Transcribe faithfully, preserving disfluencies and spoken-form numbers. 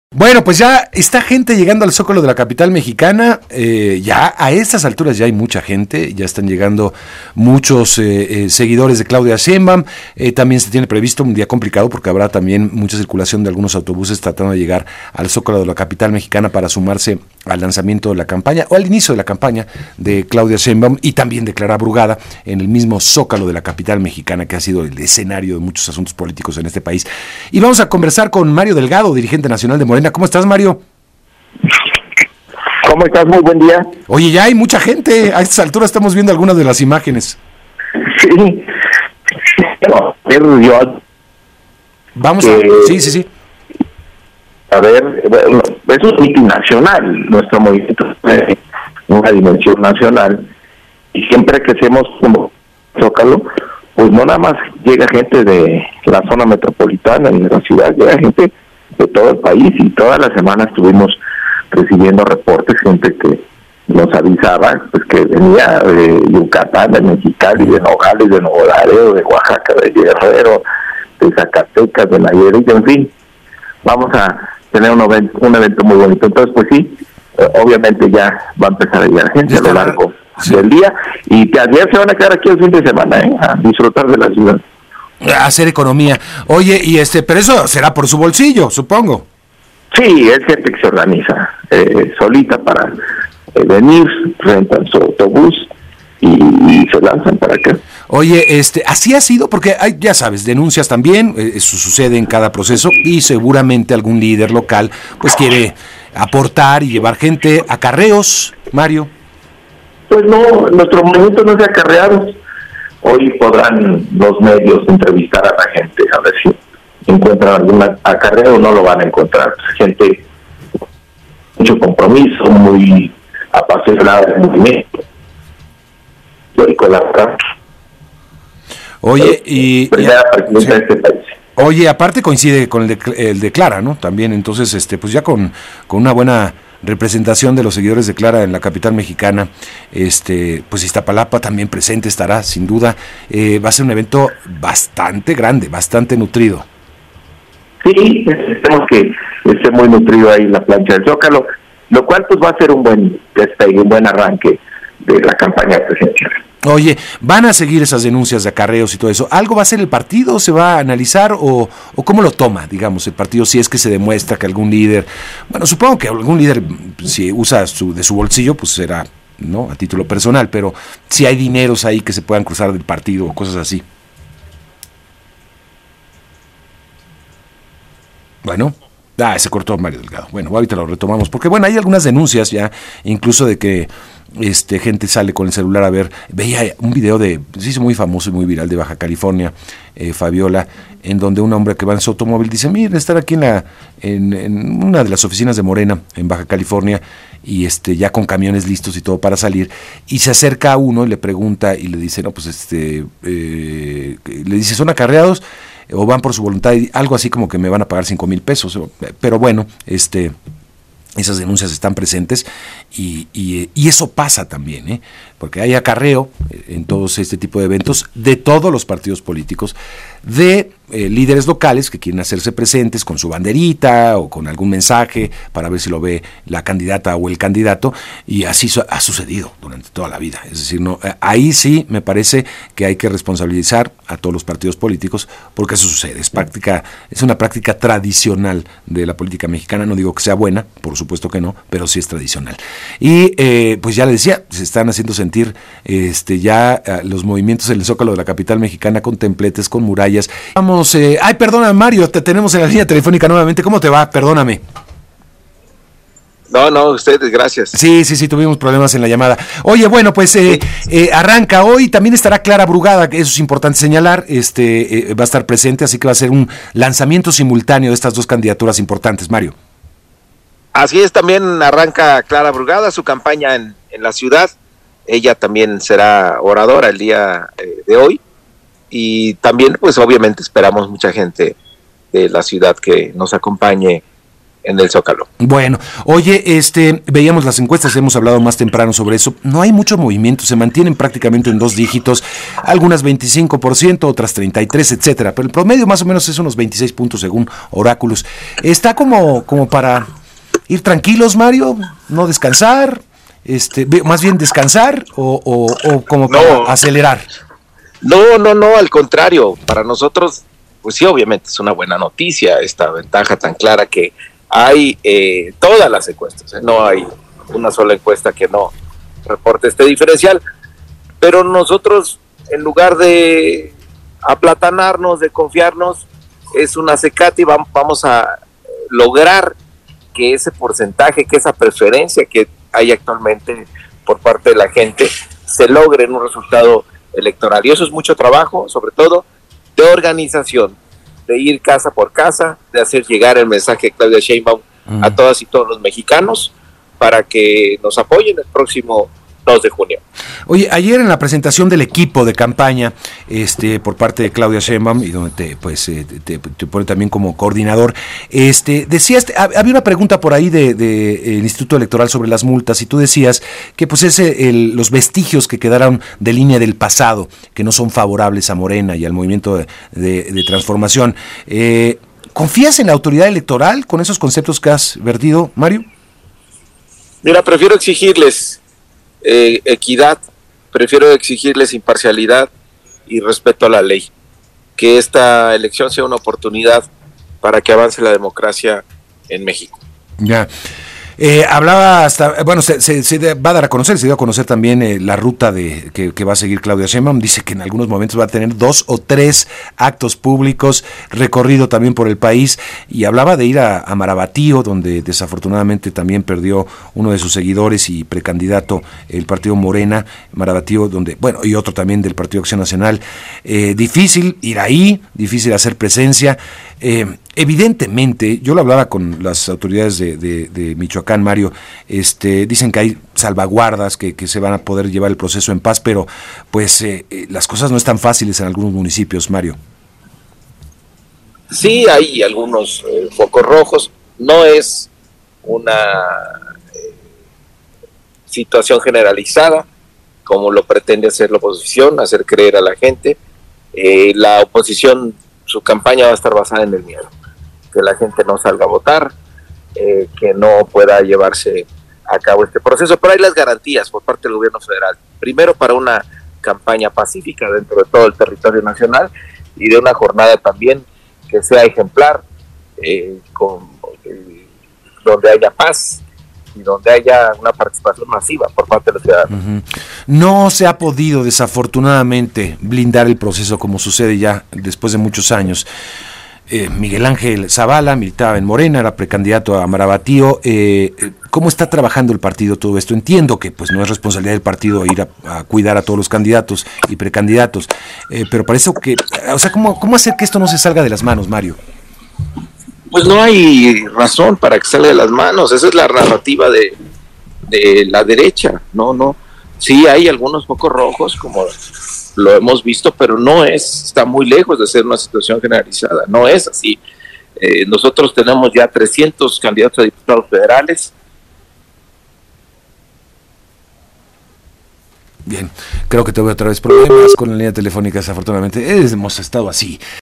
Bueno, pues ya está gente llegando al Zócalo de la capital mexicana, eh, ya a estas alturas ya hay mucha gente, ya están llegando muchos eh, eh, seguidores de Claudia Sheinbaum, eh, también se tiene previsto un día complicado porque habrá también mucha circulación de algunos autobuses tratando de llegar al Zócalo de la capital mexicana para sumarse al lanzamiento de la campaña o al inicio de la campaña de Claudia Sheinbaum y también de Clara Brugada en el mismo Zócalo de la capital mexicana que ha sido el escenario de muchos asuntos políticos en este país. Y vamos a conversar con Mario Delgado, dirigente nacional de Morena. ¿Cómo estás, Mario? ¿Cómo estás? Muy buen día. Oye, ya hay mucha gente. A estas alturas estamos viendo algunas de las imágenes. Sí. Pero yo... Vamos a... Eh, sí, sí, sí. A ver, bueno, es un mitin nacional. Nuestro movimiento es una dimensión nacional. Y siempre que hacemos como Zócalo, pues no nada más llega gente de la zona metropolitana, en la ciudad, llega gente de todo el país, y todas las semanas estuvimos recibiendo reportes, gente que nos avisaba pues que venía de Yucatán, de Mexicali, de Nogales, de Nuevo Laredo, de Oaxaca, de Guerrero, de Zacatecas, de Nayarit, en fin, vamos a tener un evento, un evento muy bonito. Entonces, pues sí, eh, obviamente ya va a empezar a llegar gente a lo largo sí. del día, y que ayer se van a quedar aquí el fin de semana, ¿eh? A disfrutar de la ciudad. A hacer economía. Oye, y este, pero eso será por su bolsillo, supongo. Sí, es gente que se organiza eh, solita para eh, venir, rentan su autobús y, y se lanzan para acá. Oye, este, así ha sido, porque hay, ya sabes, denuncias también, eh, eso sucede en cada proceso, y seguramente algún líder local pues quiere aportar y llevar gente a acarreos, Mario. Pues no, nuestro movimiento no es de acarreados. Hoy podrán los medios entrevistar a la gente, a ver si encuentran algún acarreo o no lo van a encontrar. Gente mucho compromiso, muy apasionada del movimiento. Y con la Oye, y... primera presidenta de este país. Oye, aparte coincide con el de, el de Clara, ¿no? También, entonces, este, pues ya con, con una buena representación de los seguidores de Clara en la capital mexicana, este, pues Iztapalapa también presente estará, sin duda. Eh, va a ser un evento bastante grande, bastante nutrido. Sí, esperemos que esté muy nutrido ahí la plancha del Zócalo, lo cual pues va a ser un buen despegue, un buen arranque de la campaña presidencial. Oye, ¿van a seguir esas denuncias de acarreos y todo eso? ¿Algo va a hacer el partido? ¿Se va a analizar? ¿O, o cómo lo toma, digamos, el partido? Si es que se demuestra que algún líder... Bueno, supongo que algún líder, si usa su, de su bolsillo, pues será, ¿no?, a título personal, pero si hay dineros ahí que se puedan cruzar del partido o cosas así. Bueno... Ah, se cortó Mario Delgado. Bueno, ahorita lo retomamos, porque bueno, hay algunas denuncias ya, incluso de que este gente sale con el celular a ver, veía un video de, se hizo muy famoso y muy viral, de Baja California, eh, Fabiola, en donde un hombre que va en su automóvil dice, mire, estar aquí en la en, en una de las oficinas de Morena, en Baja California, y este ya con camiones listos y todo para salir, y se acerca a uno y le pregunta, y le dice, no, pues este, eh, le dice, ¿son acarreados? O van por su voluntad, algo así como que me van a pagar cinco mil pesos, pero bueno, este, esas denuncias están presentes y, y, y eso pasa también, ¿eh? Porque hay acarreo en todos este tipo de eventos de todos los partidos políticos, de eh, líderes locales que quieren hacerse presentes con su banderita o con algún mensaje para ver si lo ve la candidata o el candidato, y así su- ha sucedido durante toda la vida. Es decir, no, ahí sí me parece que hay que responsabilizar a todos los partidos políticos, porque eso sucede, es práctica, es una práctica tradicional de la política mexicana. No digo que sea buena, por supuesto que no, pero sí es tradicional. Y eh, pues ya le decía, se están haciendo sentir este ya uh, los movimientos en el Zócalo de la capital mexicana, con templetes, con murallas. Vamos, eh, ay, perdona, Mario, te tenemos en la línea telefónica nuevamente. ¿Cómo te va? Perdóname. No, no, ustedes, gracias. Sí, sí, sí, tuvimos problemas en la llamada. Oye, bueno, pues eh, eh, arranca hoy, también estará Clara Brugada, que eso es importante señalar, este eh, va a estar presente, así que va a ser un lanzamiento simultáneo de estas dos candidaturas importantes, Mario. Así es, también arranca Clara Brugada su campaña en, en la ciudad. Ella también será oradora el día eh, de hoy, y también pues obviamente esperamos mucha gente de la ciudad que nos acompañe en el Zócalo. Bueno, oye, este, veíamos las encuestas, hemos hablado más temprano sobre eso, no hay mucho movimiento, se mantienen prácticamente en dos dígitos, algunas veinticinco por ciento, otras treinta y tres por ciento, etcétera, pero el promedio más o menos es unos veintiséis puntos según oráculos. Está como, como para ir tranquilos, Mario, no descansar, este, más bien descansar o, o, o como para no. acelerar. No, no, no, al contrario, para nosotros, pues sí, obviamente es una buena noticia esta ventaja tan clara que hay eh, todas las encuestas, ¿eh? No hay una sola encuesta que no reporte este diferencial, pero nosotros, en lugar de aplatanarnos, de confiarnos, es un acecate y vamos a lograr que ese porcentaje, que esa preferencia que hay actualmente por parte de la gente, se logre en un resultado electoral. Y eso es mucho trabajo, sobre todo de organización, de ir casa por casa, de hacer llegar el mensaje de Claudia Sheinbaum mm. a todas y todos los mexicanos para que nos apoyen el próximo dos de junio. Oye, ayer en la presentación del equipo de campaña este por parte de Claudia Sheinbaum, y donde te pues te, te, te pone también como coordinador, este decías, había una pregunta por ahí de, de el Instituto Electoral sobre las multas, y tú decías que pues ese el, los vestigios que quedaron de línea del pasado, que no son favorables a Morena y al movimiento de, de, de transformación. Eh, ¿Confías en la autoridad electoral con esos conceptos que has vertido, Mario? Mira, prefiero exigirles Eh, equidad, prefiero exigirles imparcialidad y respeto a la ley, que esta elección sea una oportunidad para que avance la democracia en México. Ya. Eh, hablaba hasta, bueno, se, se, se va a dar a conocer, se dio a conocer también eh, la ruta de que, que va a seguir Claudia Sheinbaum. Dice que en algunos momentos va a tener dos o tres actos públicos, recorrido también por el país, y hablaba de ir a, a Marabatío, donde desafortunadamente también perdió uno de sus seguidores y precandidato el partido Morena, Marabatío, donde, bueno, y otro también del Partido Acción Nacional. Eh, difícil ir ahí, difícil hacer presencia. Eh, evidentemente, yo lo hablaba con las autoridades de, de, de Michoacán, Mario, este, dicen que hay salvaguardas, que, que se van a poder llevar el proceso en paz, pero pues eh, las cosas no están fáciles en algunos municipios, Mario. Sí, hay algunos eh, focos rojos, no es una eh, situación generalizada, como lo pretende hacer la oposición, hacer creer a la gente. Eh, la oposición, su campaña va a estar basada en el miedo, que la gente no salga a votar, eh, que no pueda llevarse a cabo este proceso, pero hay las garantías por parte del gobierno federal, primero para una campaña pacífica dentro de todo el territorio nacional y de una jornada también que sea ejemplar, eh, con, eh, donde haya paz y donde haya una participación masiva por parte de los ciudadanos. Uh-huh. No se ha podido, desafortunadamente, blindar el proceso como sucede ya después de muchos años. Eh, Miguel Ángel Zavala militaba en Morena, era precandidato a Marabatío. Eh, ¿Cómo está trabajando el partido todo esto? Entiendo que pues no es responsabilidad del partido ir a, a cuidar a todos los candidatos y precandidatos, eh, pero parece que, o sea, ¿cómo, ¿cómo hacer que esto no se salga de las manos, Mario? Pues no hay razón para que salga de las manos, esa es la narrativa de, de la derecha, no, no, sí hay algunos focos rojos, como lo hemos visto, pero no es, está muy lejos de ser una situación generalizada, no es así. Eh, nosotros tenemos ya trescientos candidatos a diputados federales. Bien, creo que tuve otra vez problemas con la línea telefónica, desafortunadamente. Hemos estado así.